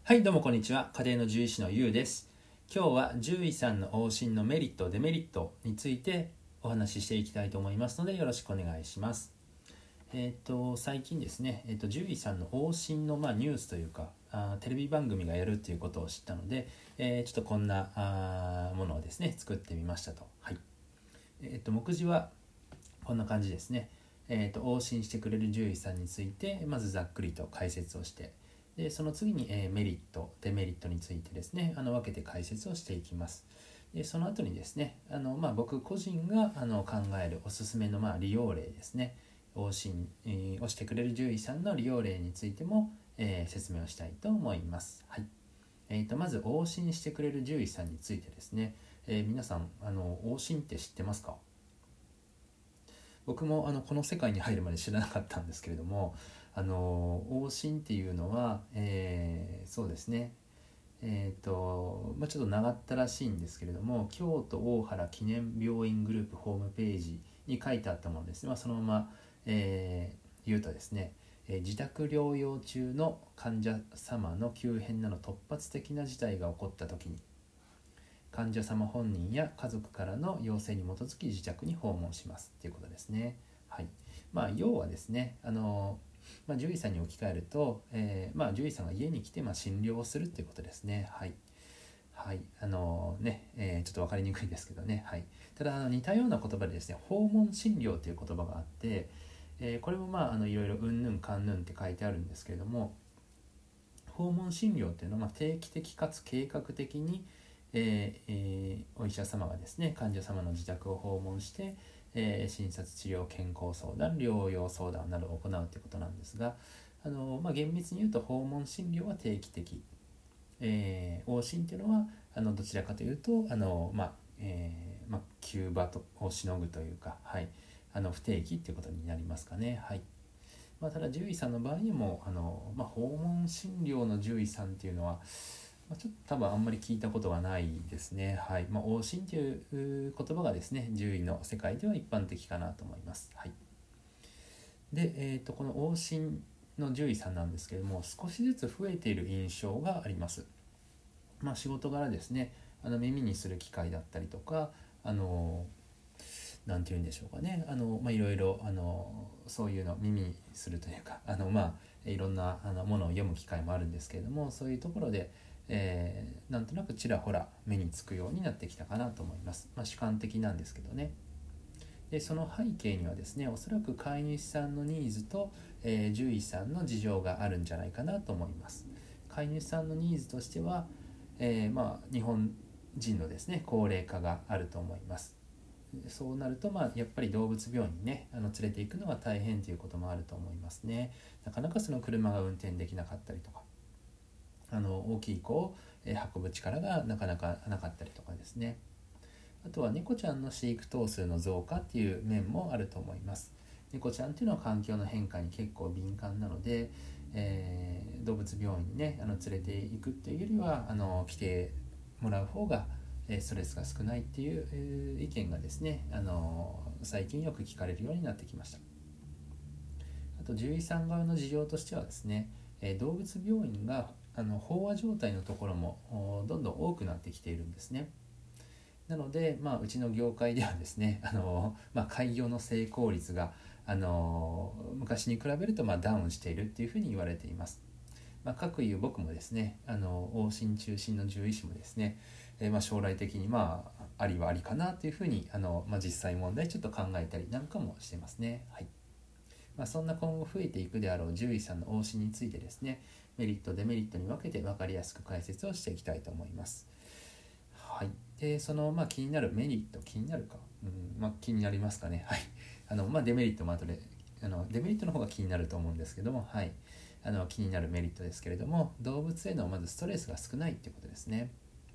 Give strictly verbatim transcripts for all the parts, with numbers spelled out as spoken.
はい、どうもこんにちは。家庭の獣医師のゆうです。今日は獣医さんの往診のメリット、デメリットについてお話ししていきたいと思いますので、よろしくお願いします。えっ、と最近ですね、えー、と獣医さんの往診の、まあ、ニュースというかあテレビ番組がやるということを知ったので、えー、ちょっとこんなあものをですね作ってみましたと。はい。えっ、と目次はこんな感じですね。えー、と往診してくれる獣医さんについてまずざっくりと解説をして、でその次に、えー、メリットデメリットについてですねあの分けて解説をしていきます。でその後にですねあの、まあ、僕個人があの考えるおすすめの、まあ、利用例ですね、往診、えーをしてくれる獣医さんの利用例についても、えー説明をしたいと思います。はい。えー、とまず往診してくれる獣医さんについてですね、えー皆さんあの往診って知ってますか？僕もあのこの世界に入るまで知らなかったんですけれども、あの往診っていうのは、えーそうですねえーとまあ、ちょっと長ったらしいんですけれども、京都大原記念病院グループホームページに書いてあったものですね、まあ、そのまま、えー言うとですね、えー自宅療養中の患者様の急変など突発的な事態が起こった時に、患者様本人や家族からの要請に基づき自宅に訪問しますということですね。はい。まあ要はですね、あのまあ、獣医さんに置き換えると、えーまあ、獣医さんが家に来て、まあ、診療をするということですね。はい。はい。あのね、えーちょっと分かりにくいですけどね。はい。ただ、あの似たような言葉でですね、訪問診療という言葉があって、えーこれもまあ、あのいろいろうんぬんかんぬんって書いてあるんですけれども、訪問診療っていうのは、まあ、定期的かつ計画的に、えーえーお医者様がですね患者様の自宅を訪問して、えー診察治療健康相談療養相談などを行うということなんですが、あの、まあ、厳密に言うと訪問診療は定期的、えー往診っていうのはあのどちらかというとあの、まあえーまあ、急場とをしのぐというか、はい、あの不定期っていうことになりますかね。はい。まあ、ただ獣医さんの場合にもあの、まあ、訪問診療の獣医さんっていうのは、まあ、ちょっと多分あんまり聞いたことがないですね。はい。まあ、往診という言葉がですね獣医の世界では一般的かなと思います。はい。で、えー、とこの往診の獣医さんなんですけれども、少しずつ増えている印象があります。まあ、仕事柄ですねあの耳にする機会だったりとか、あのなんて言うんでしょうかね、あの、まあ、いろいろあのそういうのを耳にするというか、あの、まあ、いろんなあのものを読む機会もあるんですけれども、そういうところで、えーなんとなくちらほら目につくようになってきたかなと思います。まあ、主観的なんですけどね。でその背景にはですね、おそらく飼い主さんのニーズと、えー獣医さんの事情があるんじゃないかなと思います。飼い主さんのニーズとしては、えーまあ、日本人のですね高齢化があると思います。そうなると、まあ、やっぱり動物病院にねあの連れて行くのが大変ということもあると思いますね。なかなかその車が運転できなかったりとか、あの大きい子をえー運ぶ力がなかなかなかったりとかですね。あとは猫ちゃんの飼育頭数の増加っていう面もあると思います。猫ちゃんっていうのは環境の変化に結構敏感なので、えー動物病院にねあの連れて行くっていうよりはあの来てもらう方がえーストレスが少ないっていう、えー意見がですね、あのー最近よく聞かれるようになってきました。あと獣医さん側の事情としてはですね、えー動物病院があの飽和状態のところもおどんどん多くなってきているんですね。なので、まあ、うちの業界ではですね、あのまあ、開業の成功率が、あの昔に比べるとまあダウンしているっていうふうに言われています。まあ、各いう僕もですね、あの往診中心の獣医師もですね、えーまあ将来的にまあありはありかなというふうにあの、まあ、実際問題ちょっと考えたりなんかもしてますね。はい。まあ、そんな今後増えていくであろう獣医さんの往診についてですね、メリットデメリットに分けて分かりやすく解説をしていきたいと思います。はい。でそのまあ気になるメリット気になるか、うんまあ、気になりますかね。はい。あのまあデメリットも後であのデメリットの方が気になると思うんですけども、はい。あの気になるメリットですけれども、動物へのまずストレスが少ないっていうことですね。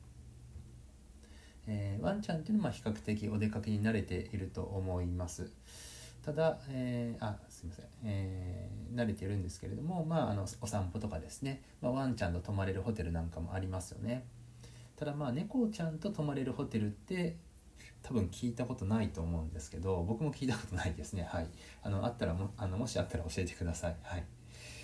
えーワンちゃんっていうのは比較的お出かけに慣れていると思います。ただ、えーあすいません、えー慣れているんですけれども、まあ、あのお散歩とかですね、まあ、ワンちゃんと泊まれるホテルなんかもありますよね。ただまあ猫ちゃんと泊まれるホテルって多分聞いたことないと思うんですけど、僕も聞いたことないですね。はい。あのあったらもあのもしあったら教えてください。はい。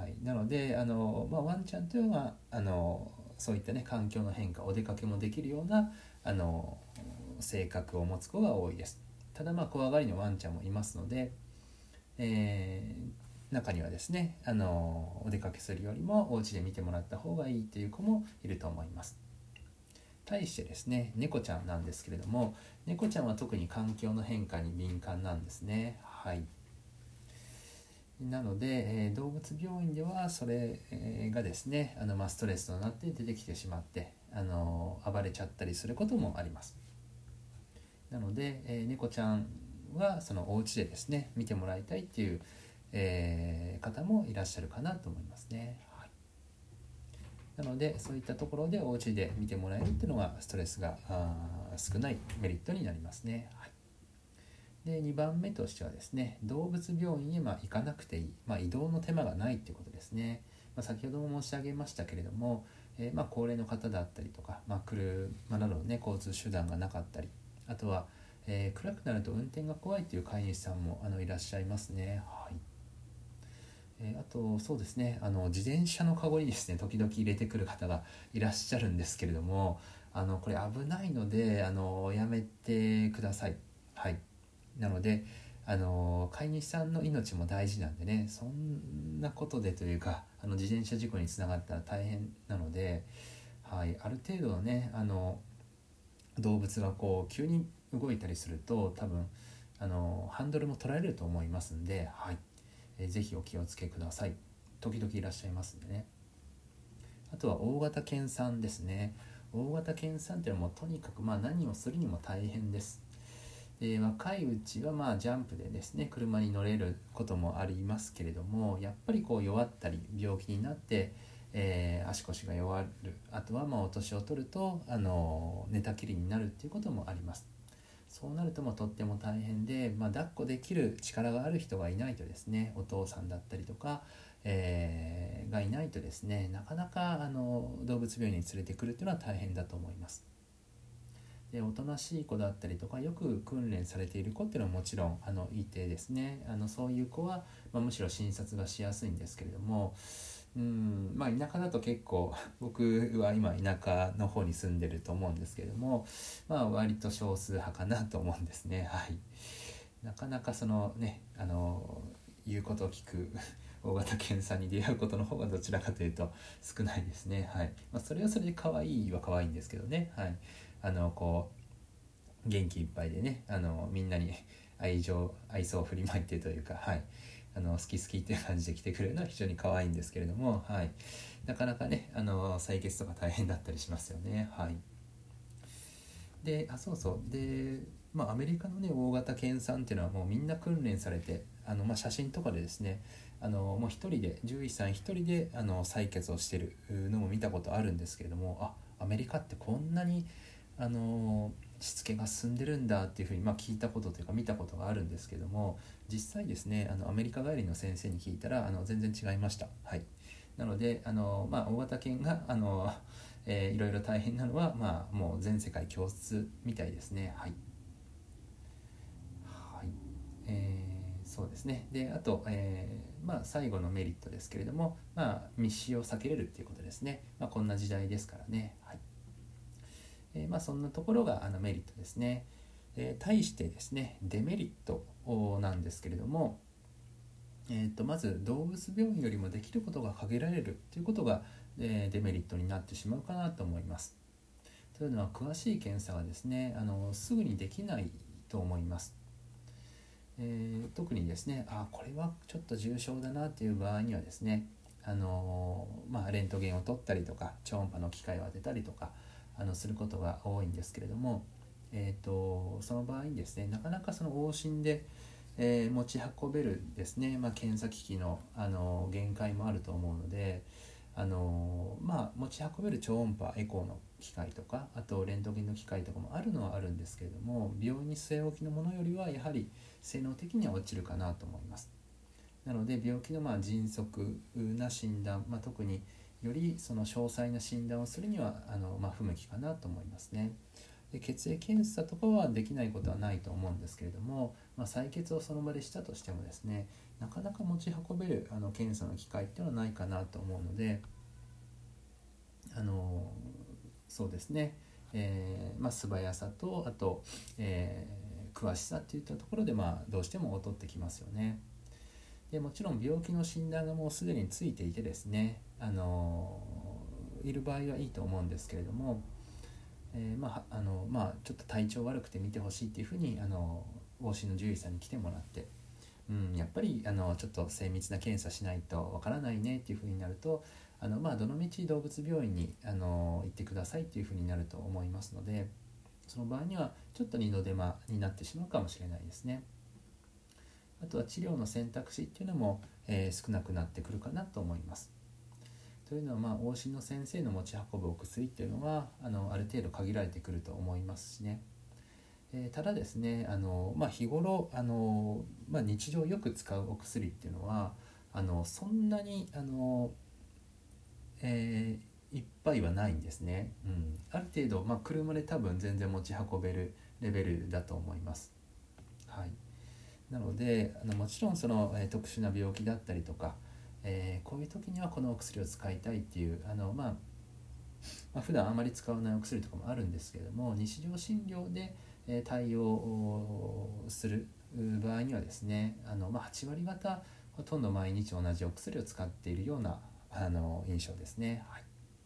はい、なのであの、まあ、ワンちゃんというのはあのそういったね環境の変化、お出かけもできるようなあの性格を持つ子が多いです。ただまあ怖がりのワンちゃんもいますので、えー、中にはですねあのお出かけするよりもお家で見てもらった方がいいという子もいると思います。対してですね猫ちゃんなんですけれども、猫ちゃんは特に環境の変化に敏感なんですね。はい、なので、えー、動物病院ではそれがですねあの、まあ、ストレスとなって出てきてしまってあの暴れちゃったりすることもあります。なので、えー、猫ちゃんはそのお家でですね見てもらいたいっていう、えー、方もいらっしゃるかなと思いますね。はい、なのでそういったところでお家で見てもらえるっていうのがストレスが少ないメリットになりますね。はい、でにばんめとしてはですね動物病院へまあ行かなくていい、まあ、移動の手間がないということですね。まあ、先ほども申し上げましたけれども、えー、まあ高齢の方だったりとか、まあ、車などの、ね、交通手段がなかったり、あとは、えー、暗くなると運転が怖いという飼い主さんもあのいらっしゃいますね。はい、えー、あとそうですねあの自転車のカゴにですね時々入れてくる方がいらっしゃるんですけれども、あのこれ危ないのであのやめてください。はい、なのであの飼い主さんの命も大事なんでね、そんなことでというかあの自転車事故につながったら大変なので、はい、ある程度のねあの動物がこう急に動いたりすると多分あのハンドルも取られると思いますんで、はい、えー、ぜひお気をつけください。時々いらっしゃいますんでね。あとは大型犬さんですね。大型犬さんっていうのはもうとにかくまあ何をするにも大変です。で若いうちはまあジャンプでですね車に乗れることもありますけれども、やっぱりこう弱ったり病気になって、えー、足腰が弱る、あとはまあお年を取るとあの寝たきりになるっていうこともあります。そうなるともうとっても大変で、まあ、抱っこできる力がある人がいないとですね、お父さんだったりとか、えー、がいないとですねなかなかあの動物病院に連れてくるっていうのは大変だと思います。でおとなしい子だったりとかよく訓練されている子っていうのはもちろんあのいてですね、あのそういう子は、まあ、むしろ診察がしやすいんですけれども、うんまあ田舎だと結構僕は今田舎の方に住んでると思うんですけれども、まあ割と少数派かなと思うんですね。はい、なかなかそのねあの言うことを聞く大型犬さんに出会うことの方がどちらかというと少ないですね。はい、まあ、それはそれで可愛いは可愛いんですけどね。はい、あのこう元気いっぱいでねあのみんなに愛情愛想を振りまいてというか、はい、あの好き好きっていう感じで来てくれるのは非常に可愛いんですけれども、はい、なかなかねあの採血とか大変だったりしますよね。はい、であそうそうでまあアメリカのね大型犬さんっていうのはもうみんな訓練されてあの、まあ、写真とかでですねあのもう一人で獣医さん一人であの採血をしてるのも見たことあるんですけれども、あアメリカってこんなにあのしつけが進んでるんだっていうふうに、まあ、聞いたことというか見たことがあるんですけども、実際ですねあのアメリカ帰りの先生に聞いたらあの全然違いました。はい、なのであの、まあ、大型犬があの、えー、いろいろ大変なのは、まあ、もう全世界共通みたいですね。はい、はい、えーそうですね。であと、えーまあ、最後のメリットですけれども、まあ、密集を避けれるっていうことですね。まあ、こんな時代ですからね。はい、えーまあ、そんなところがあのメリットですね。えー対してですねデメリットなんですけれども、えー、とまず動物病院よりもできることが限られるということが、えーデメリットになってしまうかなと思います。というのは詳しい検査がですねあのすぐにできないと思います。えー特にですねあこれはちょっと重症だなという場合にはですねあのーまあ、レントゲンを取ったりとか超音波の機械を当てたりとかあのすることが多いんですけれども、えー、とその場合にですねなかなかその往診で、えー持ち運べるですね、まあ、検査機器の、あのー限界もあると思うので、あのーまあ、持ち運べる超音波エコーの機械とかあとレントゲンの機械とかもあるのはあるんですけれども、病院に据え置きのものよりはやはり性能的には落ちるかなと思います。なので病気のまあ迅速な診断、まあ、特によりその詳細な診断をするにはあの、まあ、不向きかなと思いますね。で血液検査とかはできないことはないと思うんですけれども、まあ、採血をその場でしたとしてもですねなかなか持ち運べるあの検査の機会っていうのはないかなと思うので、あのそうですね、えーまあ、素早さとあと、えー、詳しさっていったところで、まあ、どうしても劣ってきますよね。でもちろん病気の診断がもうすでについていてですね、あのいる場合はいいと思うんですけれども、えーまああのまあ、ちょっと体調悪くて見てほしいっていうふうにあの往診の獣医さんに来てもらって、うん、やっぱりあのちょっと精密な検査しないとわからないねっていうふうになると、あの、まあ、どのみち動物病院にあの行ってくださいっていうふうになると思いますので、その場合にはちょっと二度手間になってしまうかもしれないですね。あとは治療の選択肢っていうのも、えー少なくなってくるかなと思います。というのは、まあ、往診の先生の持ち運ぶお薬っていうのはあのある程度限られてくると思いますしね。えーただですね、あの、まあ、日頃あの、まあ、日常よく使うお薬っていうのはあのそんなにあの、えーいっぱいはないんですね。うん、ある程度、まあ、車で多分全然持ち運べるレベルだと思います。はい。なのであのもちろんその、えー特殊な病気だったりとか、えーこういう時にはこのお薬を使いたいっていうあの、まあ、まあ普段あまり使わないお薬とかもあるんですけれども、日常診療で、えー対応をする場合にはですね、あの、まあ、はち割方ほとんど毎日同じお薬を使っているようなあの印象ですね。はい。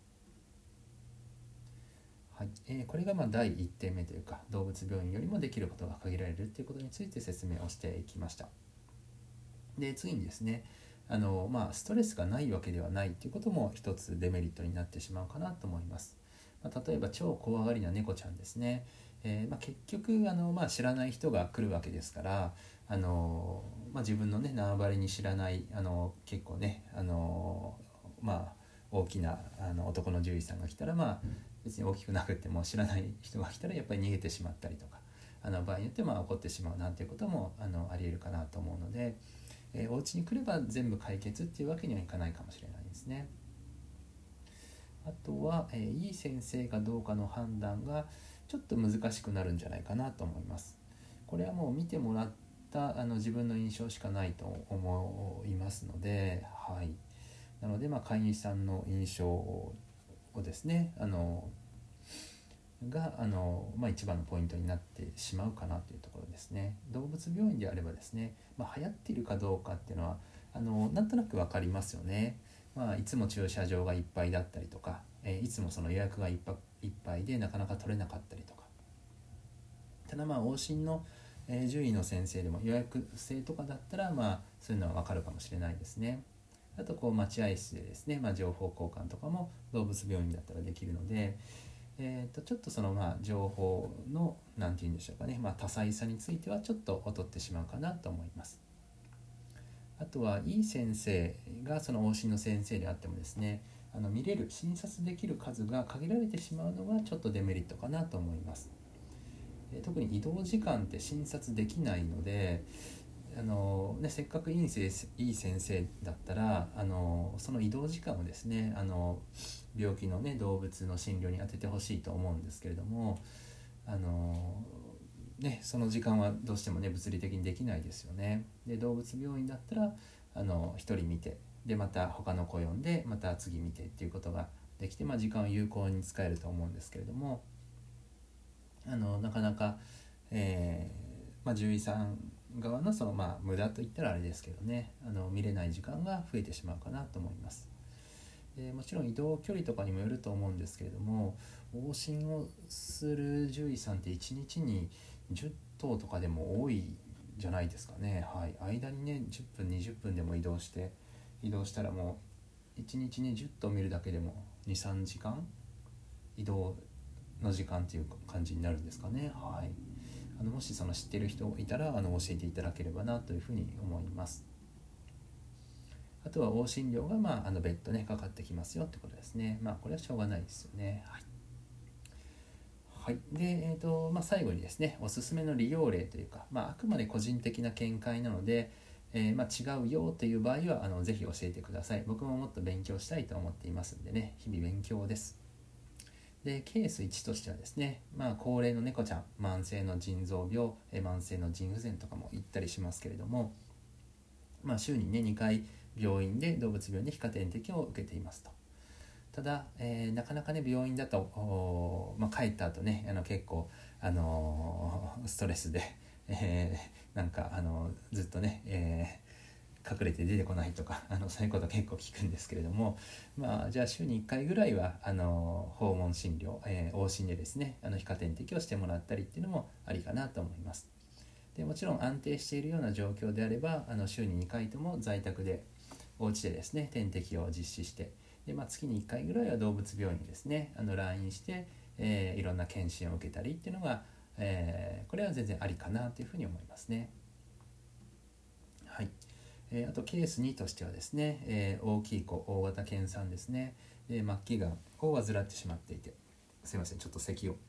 はいえーこれがまあだいいってんめというか、動物病院よりもできることが限られるということについて説明をしていきました。で次にですね、あの、まあ、ストレスがないわけではないということも一つデメリットになってしまうかなと思います。まあ、例えば超怖がりな猫ちゃんですね、えーまあ、結局あの、まあ、知らない人が来るわけですから、あの、まあ、自分のね縄張りに知らないあの結構ねあの、まあ、大きなあの男の獣医さんが来たら、まあ、別に大きくなくても知らない人が来たらやっぱり逃げてしまったりとか、あの場合によってまあ起こってしまうなんていうこともあのありえるかなと思うので、えー、お家に来れば全部解決っていうわけにはいかないかもしれないですね。あとは、えーいい先生かどうかの判断がちょっと難しくなるんじゃないかなと思います。これはもう見てもらったあの自分の印象しかないと思いますので、はい、なので、まあ、飼い主さんの印象をですねあのがあの、まあ、一番のポイントになってしまうかなというところですね。動物病院であればですね、まあ、流行っているかどうかっていうのはあのなんとなく分かりますよね。まあ、いつも駐車場がいっぱいだったりとか、えーいつもその予約がいっぱいいっぱいでなかなか取れなかったりとか、ただまあ往診の、えー獣医の先生でも予約制とかだったら、まあ、そういうのは分かるかもしれないですね。あとこう待合室でですね、まあ、情報交換とかも動物病院だったらできるので、えー、とちょっとそのまあ情報の何て言うんでしょうかね、まあ、多彩さについてはちょっと劣ってしまうかなと思います。あとはいい先生がその往診の先生であってもですね、あの見れる診察できる数が限られてしまうのがちょっとデメリットかなと思います。えー特に移動時間って診察できないので、あのね、せっかくいい先生、いい先生だったらあのその移動時間をですねあの病気の、ね、動物の診療に当ててほしいと思うんですけれども、あの、ね、その時間はどうしても、ね、物理的にできないですよね。で動物病院だったらあのひとり見て、でまた他の子呼んでまた次見てっていうことができて、まあ、時間を有効に使えると思うんですけれども、あのなかなか、えーまあ、獣医さん側のその、まあ、無駄といったらあれですけどね、あの見れない時間が増えてしまうかなと思います。でもちろん移動距離とかにもよると思うんですけれども、往診をする獣医さんっていちにちにじゅっ頭とかでも多いじゃないですかね。はい、間にねじゅっぷんにじゅっぷんでも移動して移動したらもういちにちにじゅっ頭見るだけでもにさんじかん移動の時間っていう感じになるんですかね。はい、あのもしその知ってる人いたらあの教えていただければなというふうに思います。あとは往診料が、まあ、あの別途ねかかってきますよってことですね。まあこれはしょうがないですよね。はい、はい、で、えーとまあ、最後にですねおすすめの利用例というか、まあ、あくまで個人的な見解なので、えーまあ、違うよという場合はあのぜひ教えてください。僕ももっと勉強したいと思っていますんでね、日々勉強です。でケースいちとしてはですね、まあ、高齢の猫ちゃん、慢性の腎臓病、え慢性の腎不全とかも言ったりしますけれども、 まあ、週にねにかい病院で動物病院で皮下点滴を受けていますと。ただ、えー、なかなかね病院だと、まあ、帰った後ねあの結構、あのー、ストレスで、えー、なんか、あのー、ずっとね、えー、隠れて出てこないとかあのそういうこと結構聞くんですけれども、まあ、じゃあ週にいっかいぐらいはあの訪問診療、えー、往診でですねあの皮下点滴をしてもらったりっていうのもありかなと思います。でもちろん安定しているような状況であればあの週ににかいとも在宅でお家でですね点滴を実施してで、まあ、月にいっかいぐらいは動物病院にですねあの来院して、えー、いろんな検診を受けたりっていうのが、えー、これは全然ありかなというふうに思いますね。はい。えー、あとケースにとしてはですね、えー、大きい子大型犬さんですねで末期がんを患ってしまっていて、すいませんちょっと咳を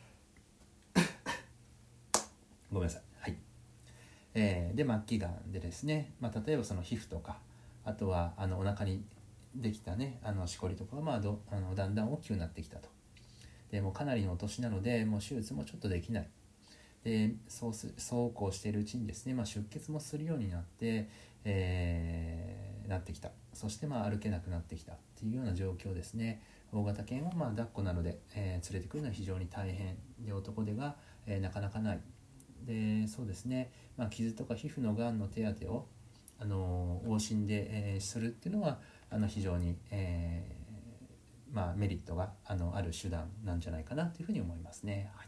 ごめんなさい。はい。えー、で末期がんでですね、まあ、例えばその皮膚とかあとはあのお腹にできたねあのしこりとかが、まあ、どあのだんだん大きくなってきたと。でもうかなりのお年なのでもう手術もちょっとできない。でそうすそうこうしているうちにですね、まあ、出血もするようになって、えー、なってきた。そしてまあ歩けなくなってきたっていうような状況ですね。大型犬をまあ抱っこなので、えー、連れてくるのは非常に大変で男手が、えー、なかなかない。でそうですね、まあ、傷とか皮膚のがんの手当てをあの往診で、えー、するっていうのはあの非常に、えーまあ、メリットがあのある手段なんじゃないかなというふうに思いますね。はい、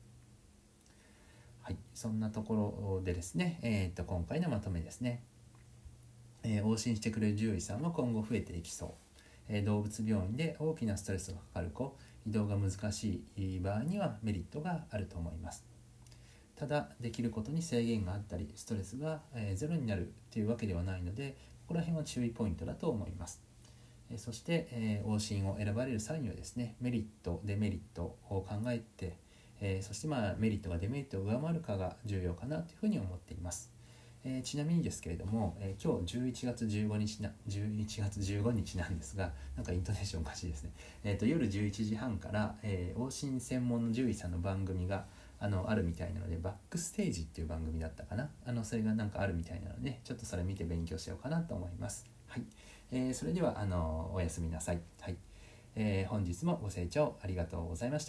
はい、そんなところでですね、えー、と今回のまとめですね、えー、往診してくれる獣医さんは今後増えていきそう、えー、動物病院で大きなストレスがかかる子、移動が難しい場合にはメリットがあると思います。ただできることに制限があったりストレスが、えー、ゼロになるというわけではないのでここら辺は注意ポイントだと思います。えー、そして、えー、往診を選ばれる際にはですねメリットデメリットを考えて、えー、そして、まあ、メリットがデメリットを上回るかが重要かなというふうに思っています。えー、ちなみにですけれども、えー、今日じゅういちがつじゅうごにちなじゅういちがつじゅうごにちなんですがなんかイントネーションおかしいですね。えー、と夜じゅういちじはんから、えー、往診専門の獣医さんの番組があのあるみたいなのでバックステージっていう番組だったかなあのそれがなんかあるみたいなのでちょっとそれ見て勉強しようかなと思います。はい、えー、それではあのおやすみなさい。はい、えー、本日もご清聴ありがとうございました。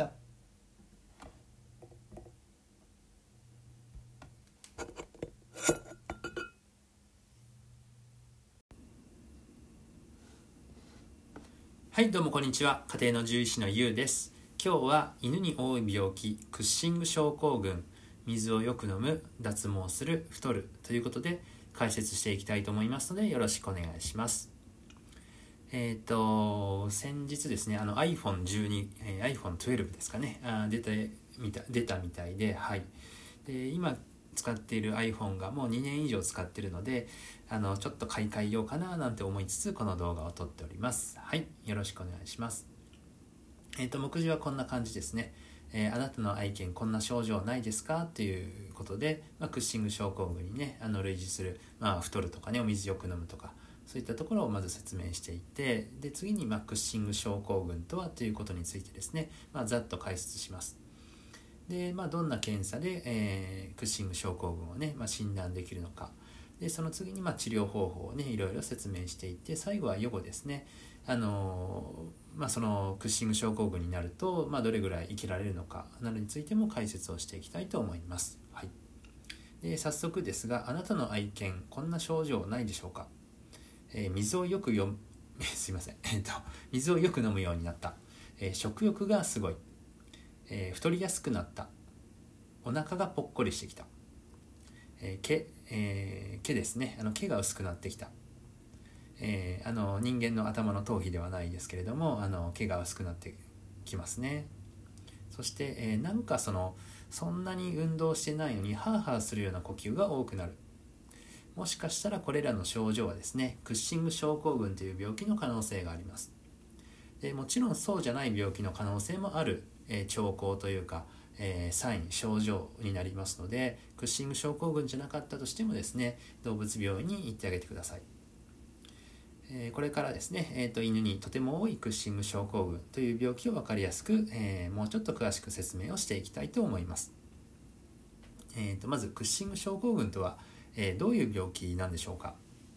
はいどうもこんにちは。家庭の獣医師のゆうです。今日は犬に多い病気クッシング症候群、水をよく飲む、脱毛する、太るということで解説していきたいと思いますのでよろしくお願いします。えっ、ー、と先日ですねあの アイフォンじゅうに、えー、アイフォンじゅうに ですかねあ出てみた出たみたいで、はい、で今使っている iPhone がもうにねん以上使っているのであのちょっと買い替えようかななんて思いつつこの動画を撮っております。はいよろしくお願いします。えっ、ー、と目次はこんな感じですね。えー、あなたの愛犬こんな症状ないですかということで、まあ、クッシング症候群にねあの類似する、まあ、太るとかねお水よく飲むとかそういったところをまず説明していてで次に、まあ、クッシング症候群とはということについてですね、まあ、ざっと解説します。で、まあ、どんな検査で、えー、クッシング症候群をね、まあ、診断できるのかでその次に、まあ、治療方法をねいろいろ説明していって最後は予後ですね。あのーまあ、そのクッシング症候群になると、まあ、どれぐらい生きられるのかなどについても解説をしていきたいと思います。はい、で早速ですがあなたの愛犬こんな症状ないでしょうか。えー、水をよく読むすいません、えー、と水をよく飲むようになった、えー、食欲がすごい、えー、太りやすくなった、お腹がぽっこりしてきた、えー、毛、えー、毛ですねあの毛が薄くなってきた、えー、あの人間の頭の頭皮ではないですけれどもあの毛が薄くなってきますね。そして、えー、なんかそのそんなに運動してないのにハーハーするような呼吸が多くなる。もしかしたらこれらの症状はですねクッシング症候群という病気の可能性があります。でもちろんそうじゃない病気の可能性もある、えー、兆候というか、えー、サイン症状になりますのでクッシング症候群じゃなかったとしてもですね動物病院に行ってあげてください。えー、これからですね、えーと、犬にとても多いクッシング症候群という病気を分かりやすく、えー、もうちょっと詳しく説明をしていきたいと思います。えーと、まずクッシング症候群とは、えー、どういう病気なんでしょうか。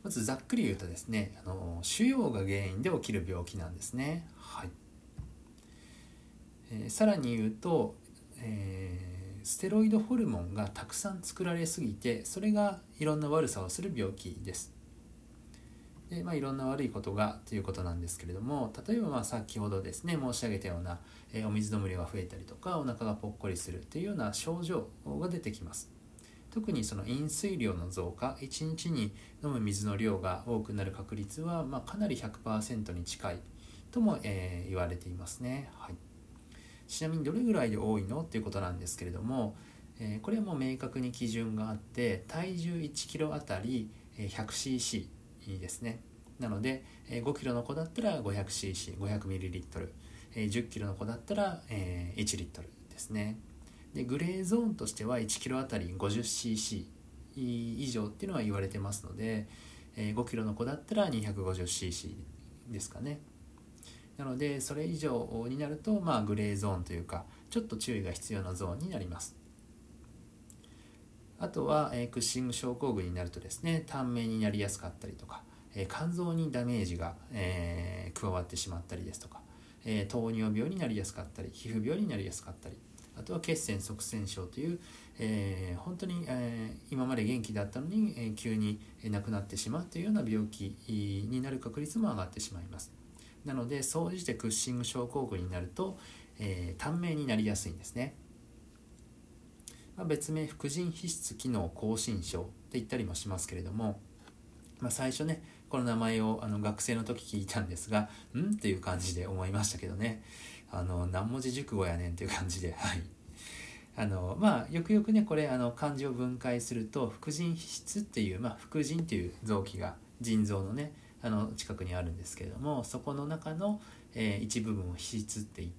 まずざっくり言うとですね、あの腫瘍が原因で起きる病気なんですね。はい。えー、さらに言うと、えーステロイドホルモンがたくさん作られすぎて、それがいろんな悪さをする病気です。で、まあ、いろんな悪いことがということなんですけれども、例えばまあ先ほどですね申し上げたような、えー、お水のむりが増えたりとか、お腹がぽっこりするというような症状が出てきます。特にその飲水量の増加、いちにちに飲む水の量が多くなる確率は、まあ、かなり ひゃくパーセント に近いとも、えー、言われていますね。はい。ちなみにどれぐらいで多いのっていうことなんですけれども、えー、これはもう明確に基準があって、体重いちキロあたり ひゃくシーシー ですね。なのでごキロの子だったら ごひゃくシーシー、ごひゃくミリリットル、じゅっキロの子だったらいちリットルですね。でグレーゾーンとしてはいちキロあたり ごじゅうシーシー 以上っていうのは言われてますので、ごキロの子だったら にひゃくごじゅうシーシー ですかね。なのでそれ以上になると、まあ、グレーゾーンというかちょっと注意が必要なゾーンになります。あとは、えー、クッシング症候群になるとですね、短命になりやすかったりとか、えー、肝臓にダメージが、えー、加わってしまったりですとか、えー、糖尿病になりやすかったり、皮膚病になりやすかったり、あとは血栓塞栓症という、えー、本当に、えー、今まで元気だったのに、えー、急に亡くなってしまうというような病気になる確率も上がってしまいます。なので総じてクッシング症候群になると、えー、短命になりやすいんですね。まあ、別名副腎皮質機能亢進症って言ったりもしますけれども、まあ、最初ねこの名前をあの学生の時聞いたんですが、んっていう感じで思いましたけどね、あの何文字熟語やねんっていう感じで、はい。あのまあよくよくねこれあの漢字を分解すると、副腎皮質っていう、まあ、副腎っていう臓器が腎臓のねあの近くにあるんですけれども、そこの中の、えー、一部分を皮質って言って、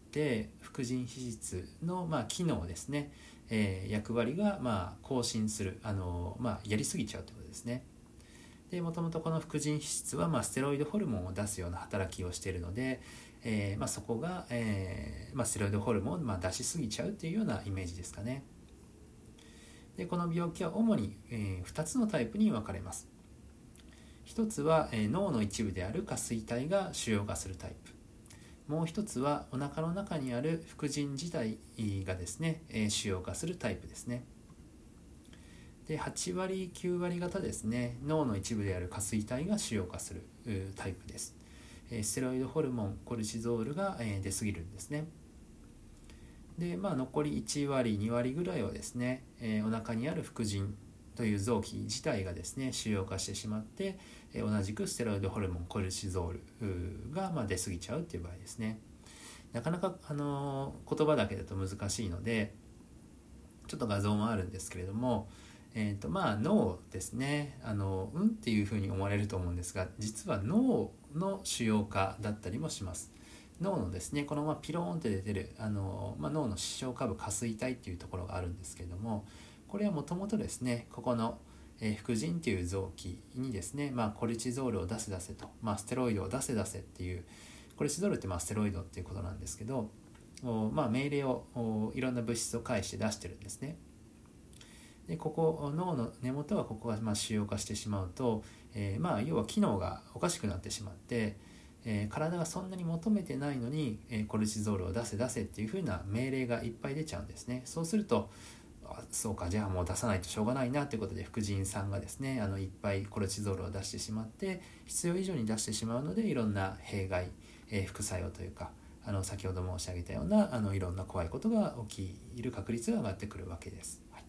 副腎皮質の、まあ、機能ですね、えー、役割が、まあ、更新する、あの、まあ、やりすぎちゃうということですね。でもともとこの副腎皮質は、まあ、ステロイドホルモンを出すような働きをしているので、えーまあ、そこが、えーまあ、ステロイドホルモンを、まあ、出しすぎちゃうというようなイメージですかね。でこの病気は主に、えー、ふたつのタイプに分かれます。一つは、えー、脳の一部である下垂体が腫瘍化するタイプ。もう一つはお腹の中にある副腎自体がですね、えー、腫瘍化するタイプですね。ではちわりきゅうわり方ですね、脳の一部である下垂体が腫瘍化するタイプです。えー、ステロイドホルモンコルチゾールが、えー、出過ぎるんですね。で、まあ、残りいちわりにわりぐらいはですね、えー、お腹にある副腎という臓器自体がですね腫瘍化してしまって、えー、同じくステロイドホルモンコルチゾールが、まあ、出過ぎちゃうっていう場合ですね。なかなか、あのー、言葉だけだと難しいのでちょっと画像もあるんですけれども、えーとまあ、脳ですね、あのうんっていうふうに思われると思うんですが、実は脳の腫瘍化だったりもします。脳のですねこのままピローンって出てるあの、まあ、脳の視床下部下垂体っていうところがあるんですけれども、これはもともとですねここの、えー、副腎っていう臓器にですね、まあ、コルチゾールを出せ出せと、まあ、ステロイドを出せ出せっていう、コルチゾールってまあステロイドっていうことなんですけど、まあ、命令をいろんな物質を介して出してるんですね。でここ脳の根元はここがまあ腫瘍化してしまうと、えー、まあ要は機能がおかしくなってしまって、えー、体がそんなに求めてないのに、えー、コルチゾールを出せ出せっていう風な命令がいっぱい出ちゃうんですね。そうするとあそうかじゃあもう出さないとしょうがないなということで、副腎さんがですねあのいっぱいコルチゾールを出してしまって必要以上に出してしまうので、いろんな弊害、えー、副作用というか、あの先ほど申し上げたようなあのいろんな怖いことが起きる確率が上がってくるわけです。はい。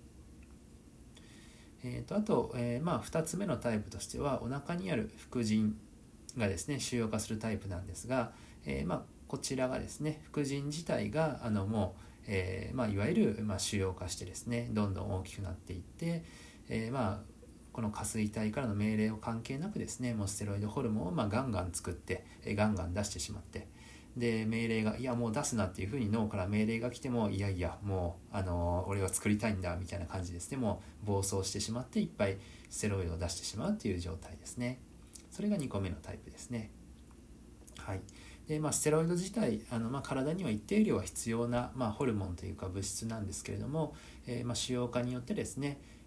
えー、とあと、えーまあ、ふたつめのタイプとしては、お腹にある副腎がですね腫瘍化するタイプなんですが、えーまあ、こちらがですね副腎自体があのもう、えーまあ、いわゆる、まあ、腫瘍化してですねどんどん大きくなっていって、えーまあ、この下垂体からの命令を関係なくですねもうステロイドホルモンをまあガンガン作って、えー、ガンガン出してしまって、で命令がいやもう出すなっていうふうに脳から命令が来ても、いやいやもうあの俺は作りたいんだみたいな感じですね、もう暴走してしまっていっぱいステロイドを出してしまうという状態ですね。それがにこめのタイプですね。はい。でまあ、ステロイド自体あの、まあ、体には一定量は必要な、まあ、ホルモンというか物質なんですけれども、えーまあ、腫瘍化によってですね、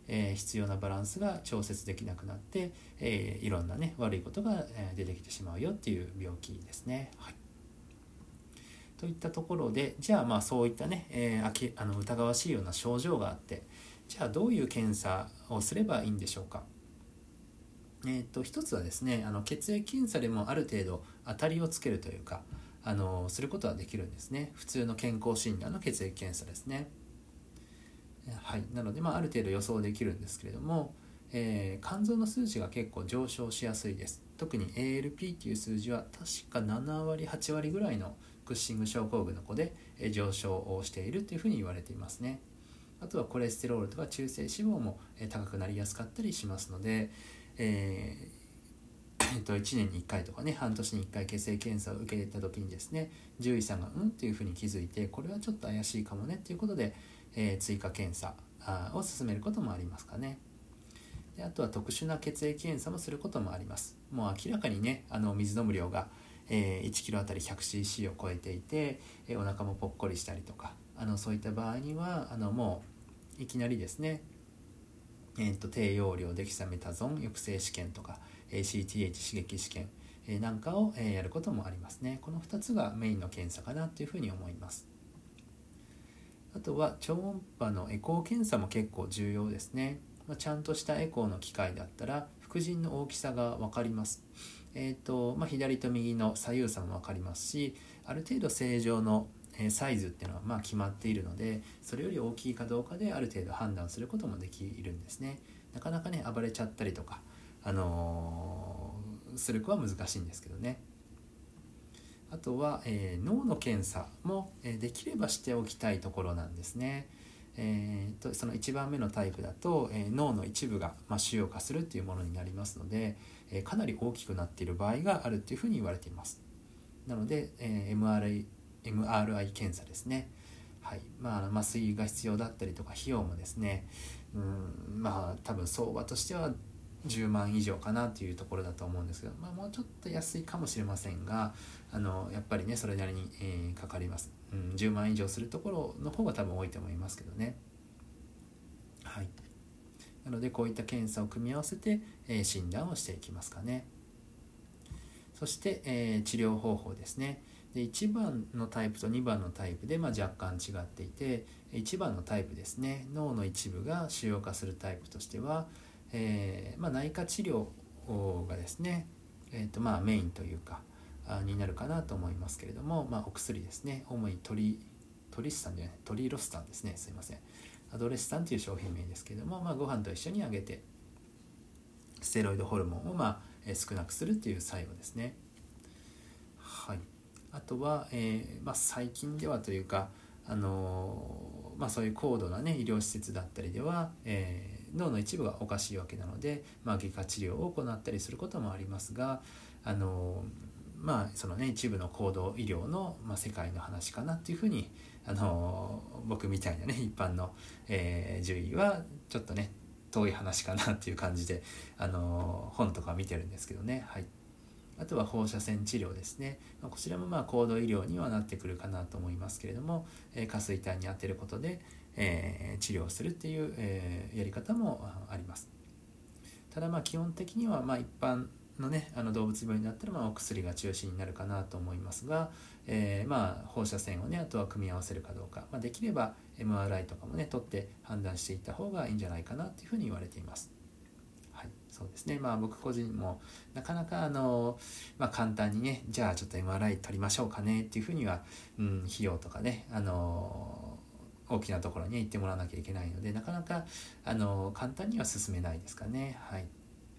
えー、必要なバランスが調節できなくなって、えー、いろんなね悪いことが出てきてしまうよっていう病気ですね。はい、といったところで、じゃあまあそういったね、えー、あきあの疑わしいような症状があって、じゃあどういう検査をすればいいんでしょうか。えー、と一つはですね、あの血液検査でもある程度当たりをつけるというか、あのすることはできるんですね。普通の健康診断の血液検査ですね。はい、なので、まあ、ある程度予想できるんですけれども、えー、肝臓の数値が結構上昇しやすいです。特に エーエルピー っていう数字は確かななわりはちわりぐらいのクッシング症候群の子で上昇をしているというふうに言われていますね。あとはコレステロールとか中性脂肪も高くなりやすかったりしますので、えーえっと、いちねんにいっかいとかね、半年にいっかい血液検査を受けた時にですね、獣医さんがうんっていうふうに気づいて、これはちょっと怪しいかもねっていうことで、えー、追加検査を進めることもありますかね。であとは特殊な血液検査もすることもあります。もう明らかにね、あの水飲む量が、えー、いちキロあたり ひゃくシーシー を超えていて、えー、お腹もぽっこりしたりとか、あのそういった場合にはあのもういきなりですね、えー、と低用量デキサメタゾン抑制試験とか エーシーティーエイチ 刺激試験、えー、なんかを、えー、やることもありますね。このふたつがメインの検査かなというふうに思います。あとは超音波のエコー検査も結構重要ですね。まあ、ちゃんとしたエコーの機械だったら副腎の大きさが分かります。えーとまあ、左と右の左右差も分かりますし、ある程度正常のサイズっていうのはまあ決まっているので、それより大きいかどうかである程度判断することもできるんですね。なかなかね暴れちゃったりとか、あのー、する子は難しいんですけどね。あとは、えー、脳の検査も、えー、できればしておきたいところなんですね。えー、とそのいちばんめのタイプだと、えー、脳の一部が、まあ、腫瘍化するっていうものになりますので、えー、かなり大きくなっている場合があるっていうふうに言われています。なので、えー、エムアールアイ、エムアールアイ 検査ですね。はい、まあ、麻酔が必要だったりとか費用もですね、うん、まあ多分相場としてはじゅうまん以上かなというところだと思うんですけど、まあ、もうちょっと安いかもしれませんが、あのやっぱりねそれなりに、えー、かかります、うん、じゅうまん以上するところの方が多分多いと思いますけどね。はい、なのでこういった検査を組み合わせて、えー、診断をしていきますかね。そして、えー、治療方法ですね。でいちばんのタイプとにばんのタイプで、まあ、若干違っていて、いちばんのタイプですね、脳の一部が腫瘍化するタイプとしては、えーまあ、内科治療がですね、えーとまあ、メインというかになるかなと思いますけれども、まあ、お薬ですね、主にトリトリスタンじゃないトリロスタンですね、すいません、アドレスタンという商品名ですけれども、まあ、ご飯と一緒にあげてステロイドホルモンを、まあ、少なくするという作用ですね。はい、あとは、えーまあ、最近ではというか、あのーまあ、そういう高度な、ね、医療施設だったりでは、えー脳の一部がおかしいわけなので、まあ、外科治療を行ったりすることもありますが、あのまあそのね一部の高度医療の、まあ、世界の話かなっていうふうに、あの僕みたいなね一般の、えー、獣医はちょっとね遠い話かなっていう感じで、あの本とか見てるんですけどね。はい、あとは放射線治療ですね。こちらもまあ高度医療にはなってくるかなと思いますけれども、えー、下垂体に当てることで、えー、治療するっていう、えー、やり方もあります。ただまあ基本的にはまあ一般のねあの動物病院だったらまあお薬が中心になるかなと思いますが、えー、まあ放射線をねあとは組み合わせるかどうか、まあ、できれば エムアールアイ とかもね取って判断していった方がいいんじゃないかなというふうに言われています。はい、そうですね。まあ僕個人もなかなかあの、まあ、簡単にねじゃあちょっと エムアールアイ 取りましょうかねっていうふうには、うん、費用とかねあの大きなところに行ってもらわなきゃいけないので、なかなかあの簡単には進めないですかね。はい、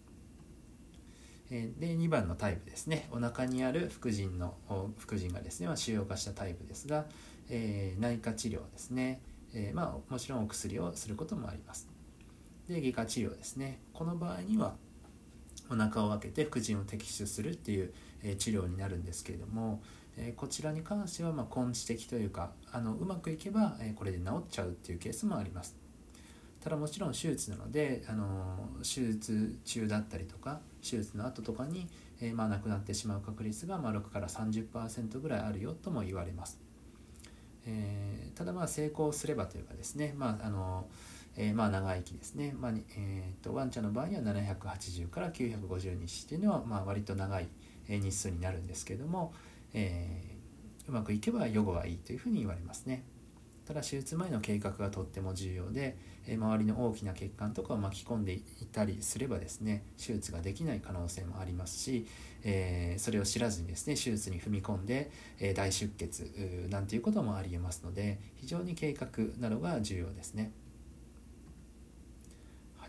えー、でにばんのタイプですね、お腹にある副腎の副腎がですね、まあ、腫瘍化したタイプですが、えー、内科治療ですね、えー、まあもちろんお薬をすることもあります。で外科治療ですね、この場合にはお腹を開けて副腎を摘出するっていう、えー、治療になるんですけれども、えー、こちらに関してはまあ根治的というか、あのうまくいけば、えー、これで治っちゃうっていうケースもあります。ただもちろん手術なので、あの手術中だったりとか手術の後とかに、えーまあ、亡くなってしまう確率がまあろくからさんじゅっパーセントぐらいあるよとも言われます。えー、ただまあ成功すればというかですね、まああのえー、まあ長生きですね、まあえー、とワンちゃんの場合にはななひゃくはちじゅうからきゅうひゃくごじゅうにちっていうのは、まあ、割と長い日数になるんですけども、えー、うまくいけば予後はいいというふうに言われますね。ただ手術前の計画がとっても重要で、えー、周りの大きな血管とかを巻き込んでいたりすればですね、手術ができない可能性もありますし、えー、それを知らずにですね手術に踏み込んで、えー、大出血なんていうこともありえますので、非常に計画などが重要ですね。はい、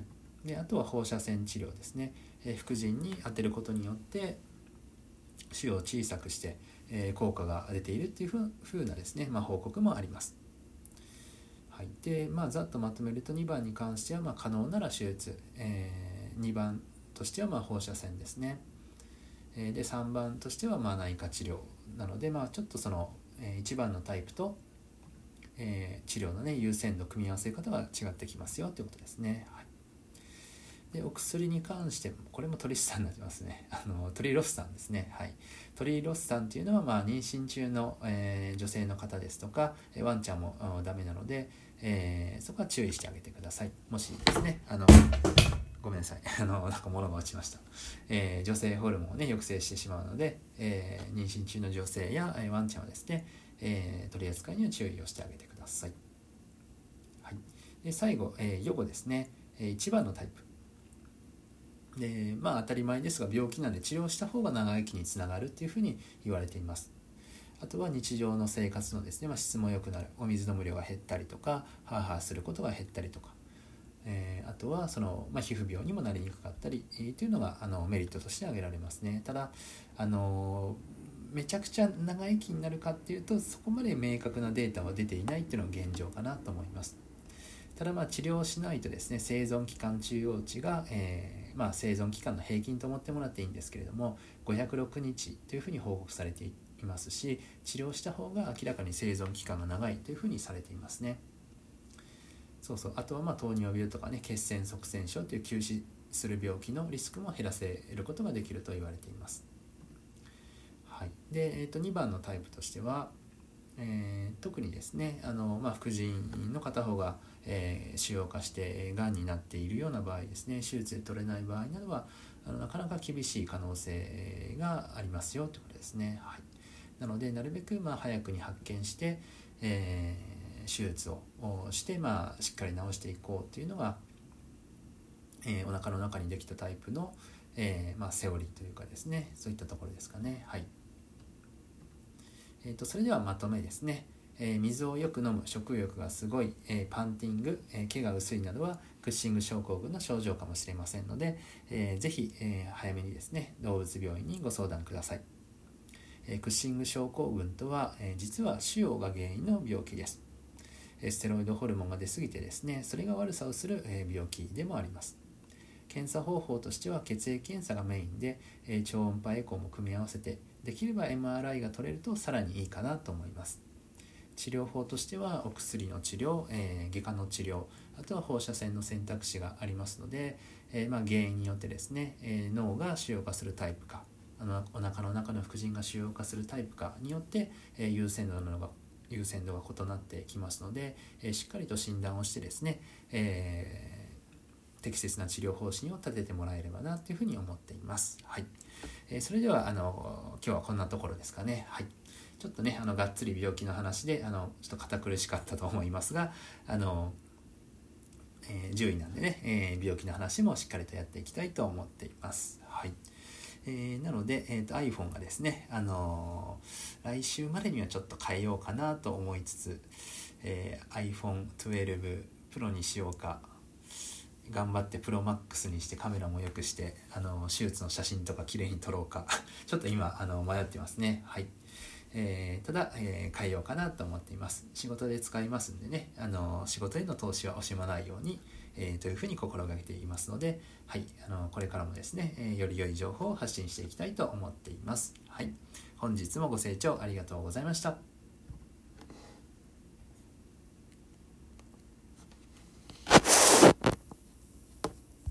であとは放射線治療ですね、えー、副腎に当てることによって腫瘍を小さくして、えー、効果が出ているっていうふうなですね、まあ、報告もあります。はい、でまあざっとまとめるとにばんに関してはまあ可能なら手術、えー、にばんとしてはまあ放射線ですね、えー、でさんばんとしてはまあ内科治療なので、まあ、ちょっとその、えー、いちばんのタイプと、えー、治療の、ね、優先度組み合わせ方が違ってきますよということですね。はい、でお薬に関してもこれもトリスタンになってますね。あのトリロスタンですね。はい、トリロスタンというのは、まあ、妊娠中の、えー、女性の方ですとかワンちゃんもダメなので、えー、そこは注意してあげてください。もしですねあのごめんなさいあのなんか物が落ちました、えー、女性ホルモンを、ね、抑制してしまうので、えー、妊娠中の女性や、えー、ワンちゃんはですね、えー、取り扱いには注意をしてあげてください。はい、で最後、えー、予後ですね、えー、いちばんのタイプで、まあ当たり前ですが病気なんで治療した方が長生きにつながるっていうふうに言われています。あとは日常の生活のですね、まあ、質も良くなる、お水飲む量が減ったりとかハーハーすることが減ったりとか、えー、あとはその、まあ、皮膚病にもなりにくかったり、えー、というのがあのメリットとして挙げられますね。ただあのめちゃくちゃ長生きになるかっていうとそこまで明確なデータは出ていないっていうのが現状かなと思います。ただまあ治療しないとですね生存期間中央値が、えーまあ、生存期間の平均と思ってもらっていいんですけれどもごひゃくろくにちというふうに報告されていますし、治療した方が明らかに生存期間が長いというふうにされていますね。そうそう、あとはまあ糖尿病とかね血栓塞栓症という急死する病気のリスクも減らせることができると言われています。はい、で、えー、とにばんのタイプとしては、えー、特にですねあの、まあ、副腎の片方が、えー、腫瘍化してがんになっているような場合ですね、手術で取れない場合などはあのなかなか厳しい可能性がありますよということですね。はい、なのでなるべくまあ早くに発見して、えー、手術をして、まあ、しっかり治していこうというのが、えー、お腹の中にできたタイプの、えーまあ、セオリーというかですね、そういったところですかね。はい、えー、とそれではまとめですね。えー、水をよく飲む、食欲がすごい、えー、パンティング、えー、毛が薄いなどはクッシング症候群の症状かもしれませんので、えー、ぜひ、えー、早めにですね動物病院にご相談ください。えー、クッシング症候群とは、えー、実は腫瘍が原因の病気です。ステロイドホルモンが出過ぎてですねそれが悪さをする、えー、病気でもあります。検査方法としては血液検査がメインで、えー、超音波エコーも組み合わせてできれば エムアールアイ が取れるとさらにいいかなと思います。治療法としてはお薬の治療、えー、外科の治療、あとは放射線の選択肢がありますので、えーまあ、原因によってですね、えー、脳が腫瘍化するタイプかあのお腹の中の副腎が腫瘍化するタイプかによって、えー、優先度のが優先度が異なってきますので、えー、しっかりと診断をしてですね、えー、適切な治療方針を立ててもらえればなというふうに思っています。はい、えー、それではあの今日はこんなところですかね。はい、ちょっとねあのがっつり病気の話であのちょっと堅苦しかったと思いますが、あの、えー、獣医なんでね、えー、病気の話もしっかりとやっていきたいと思っています。はい、えー、なので、えーと、iPhone がですね、あのー、来週までにはちょっと変えようかなと思いつつ、えー、アイフォントゥエルブ Pro にしようか、頑張って Pro Max にしてカメラも良くして、あのー、手術の写真とか綺麗に撮ろうかちょっと今あの迷ってますね。はい、えー、ただ、えー、変えようかなと思っています。仕事で使いますんでね、あのー、仕事への投資は惜しまないように、えー、というふうに心がけていますので、はい、あのこれからもですね、えー、より良い情報を発信していきたいと思っています。はい、本日もご清聴ありがとうございました。